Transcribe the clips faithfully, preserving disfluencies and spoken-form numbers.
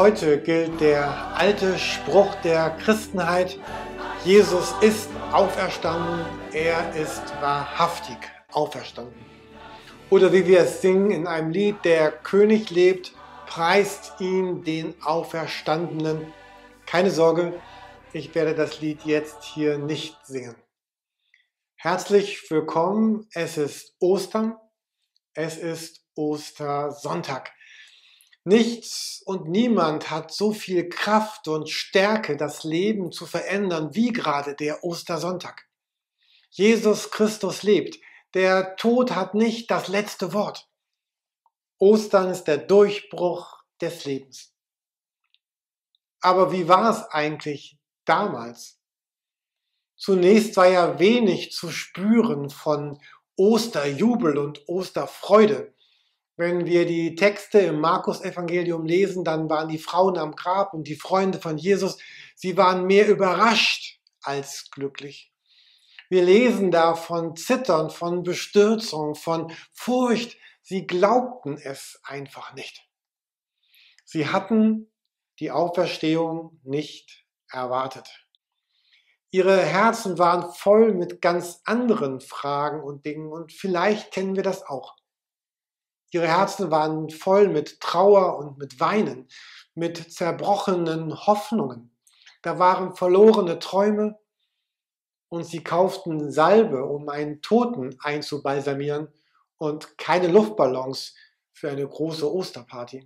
heute gilt der alte Spruch der Christenheit: Jesus ist auferstanden, er ist wahrhaftig auferstanden. Oder wie wir es singen in einem Lied: Der König lebt, preist ihn, den Auferstandenen. Keine Sorge, ich werde das Lied jetzt hier nicht singen. Herzlich willkommen, es ist Ostern, es ist Ostersonntag. Nichts und niemand hat so viel Kraft und Stärke, das Leben zu verändern, wie gerade der Ostersonntag. Jesus Christus lebt. Der Tod hat nicht das letzte Wort. Ostern ist der Durchbruch des Lebens. Aber wie war es eigentlich damals? Zunächst war ja wenig zu spüren von Osterjubel und Osterfreude. Wenn wir die Texte im Markus-Evangelium lesen, dann waren die Frauen am Grab und die Freunde von Jesus, sie waren mehr überrascht als glücklich. Wir lesen da von Zittern, von Bestürzung, von Furcht. Sie glaubten es einfach nicht. Sie hatten die Auferstehung nicht erwartet. Ihre Herzen waren voll mit ganz anderen Fragen und Dingen und vielleicht kennen wir das auch. Ihre Herzen waren voll mit Trauer und mit Weinen, mit zerbrochenen Hoffnungen. Da waren verlorene Träume und sie kauften Salbe, um einen Toten einzubalsamieren und keine Luftballons für eine große Osterparty.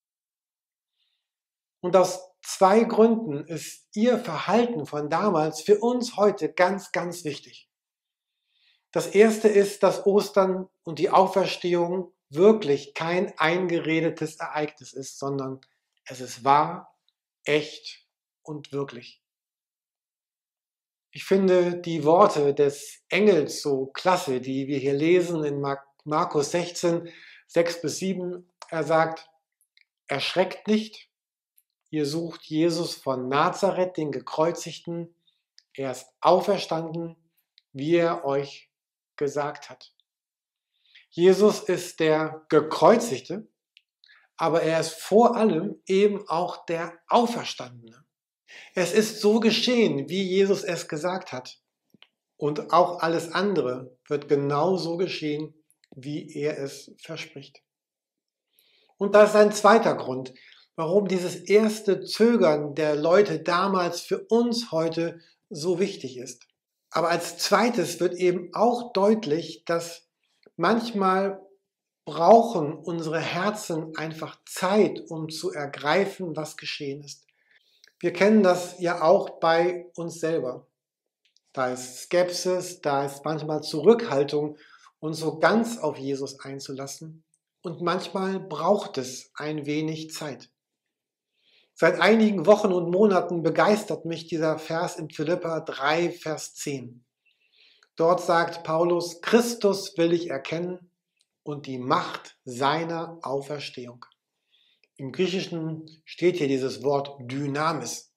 Und aus zwei Gründen ist ihr Verhalten von damals für uns heute ganz, ganz wichtig. Das erste ist, dass Ostern und die Auferstehung wirklich kein eingeredetes Ereignis ist, sondern es ist wahr, echt und wirklich. Ich finde die Worte des Engels so klasse, die wir hier lesen in Markus sechzehn, sechs bis sieben. Er sagt: Erschreckt nicht, ihr sucht Jesus von Nazareth, den Gekreuzigten. Er ist auferstanden, wie er euch gesagt hat. Jesus ist der Gekreuzigte, aber er ist vor allem eben auch der Auferstandene. Es ist so geschehen, wie Jesus es gesagt hat. Und auch alles andere wird genauso geschehen, wie er es verspricht. Und das ist ein zweiter Grund, warum dieses erste Zögern der Leute damals für uns heute so wichtig ist. Aber als zweites wird eben auch deutlich, dass manchmal brauchen unsere Herzen einfach Zeit, um zu ergreifen, was geschehen ist. Wir kennen das ja auch bei uns selber. Da ist Skepsis, da ist manchmal Zurückhaltung, uns so ganz auf Jesus einzulassen. Und manchmal braucht es ein wenig Zeit. Seit einigen Wochen und Monaten begeistert mich dieser Vers in Philipper drei, Vers zehn. Dort sagt Paulus: Christus will ich erkennen und die Macht seiner Auferstehung. Im Griechischen steht hier dieses Wort Dynamis.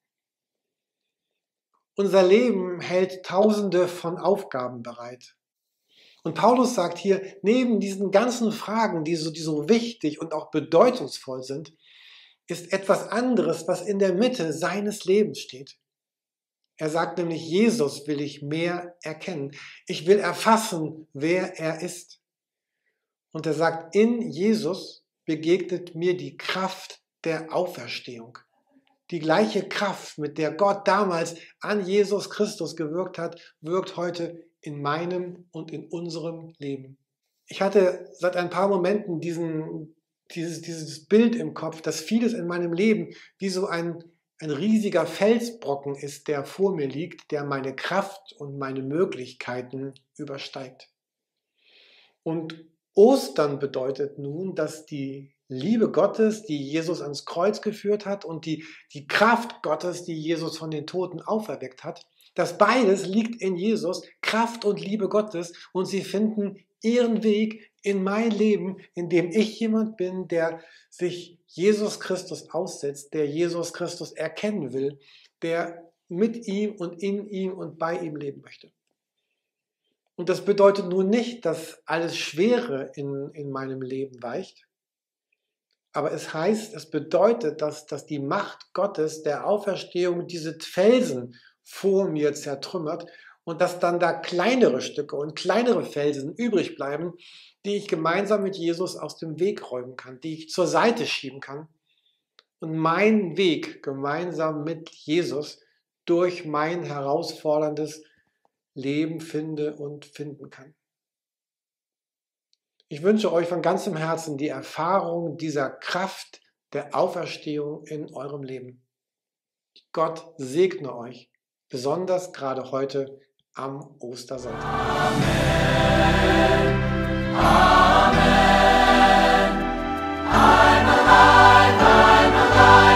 Unser Leben hält Tausende von Aufgaben bereit. Und Paulus sagt hier, neben diesen ganzen Fragen, die so, die so wichtig und auch bedeutungsvoll sind, ist etwas anderes, was in der Mitte seines Lebens steht. Er sagt nämlich: Jesus will ich mehr erkennen. Ich will erfassen, wer er ist. Und er sagt, in Jesus begegnet mir die Kraft der Auferstehung. Die gleiche Kraft, mit der Gott damals an Jesus Christus gewirkt hat, wirkt heute in meinem und in unserem Leben. Ich hatte seit ein paar Momenten diesen, dieses, dieses Bild im Kopf, dass vieles in meinem Leben wie so ein, ein riesiger Felsbrocken ist, der vor mir liegt, der meine Kraft und meine Möglichkeiten übersteigt. Und Ostern bedeutet nun, dass die Liebe Gottes, die Jesus ans Kreuz geführt hat, und die, die Kraft Gottes, die Jesus von den Toten auferweckt hat, dass beides liegt in Jesus, Kraft und Liebe Gottes, und sie finden ihren Weg in mein Leben, in dem ich jemand bin, der sich Jesus Christus aussetzt, der Jesus Christus erkennen will, der mit ihm und in ihm und bei ihm leben möchte. Und das bedeutet nun nicht, dass alles Schwere in, in meinem Leben weicht, Aber es heißt, es bedeutet, dass, dass die Macht Gottes der Auferstehung diese Felsen vor mir zertrümmert und dass dann da kleinere Stücke und kleinere Felsen übrig bleiben, die ich gemeinsam mit Jesus aus dem Weg räumen kann, die ich zur Seite schieben kann und meinen Weg gemeinsam mit Jesus durch mein herausforderndes Leben finde und finden kann. Ich wünsche euch von ganzem Herzen die Erfahrung dieser Kraft der Auferstehung in eurem Leben. Gott segne euch, besonders gerade heute am Ostersonntag. Amen. Amen. I'm alive, I'm alive.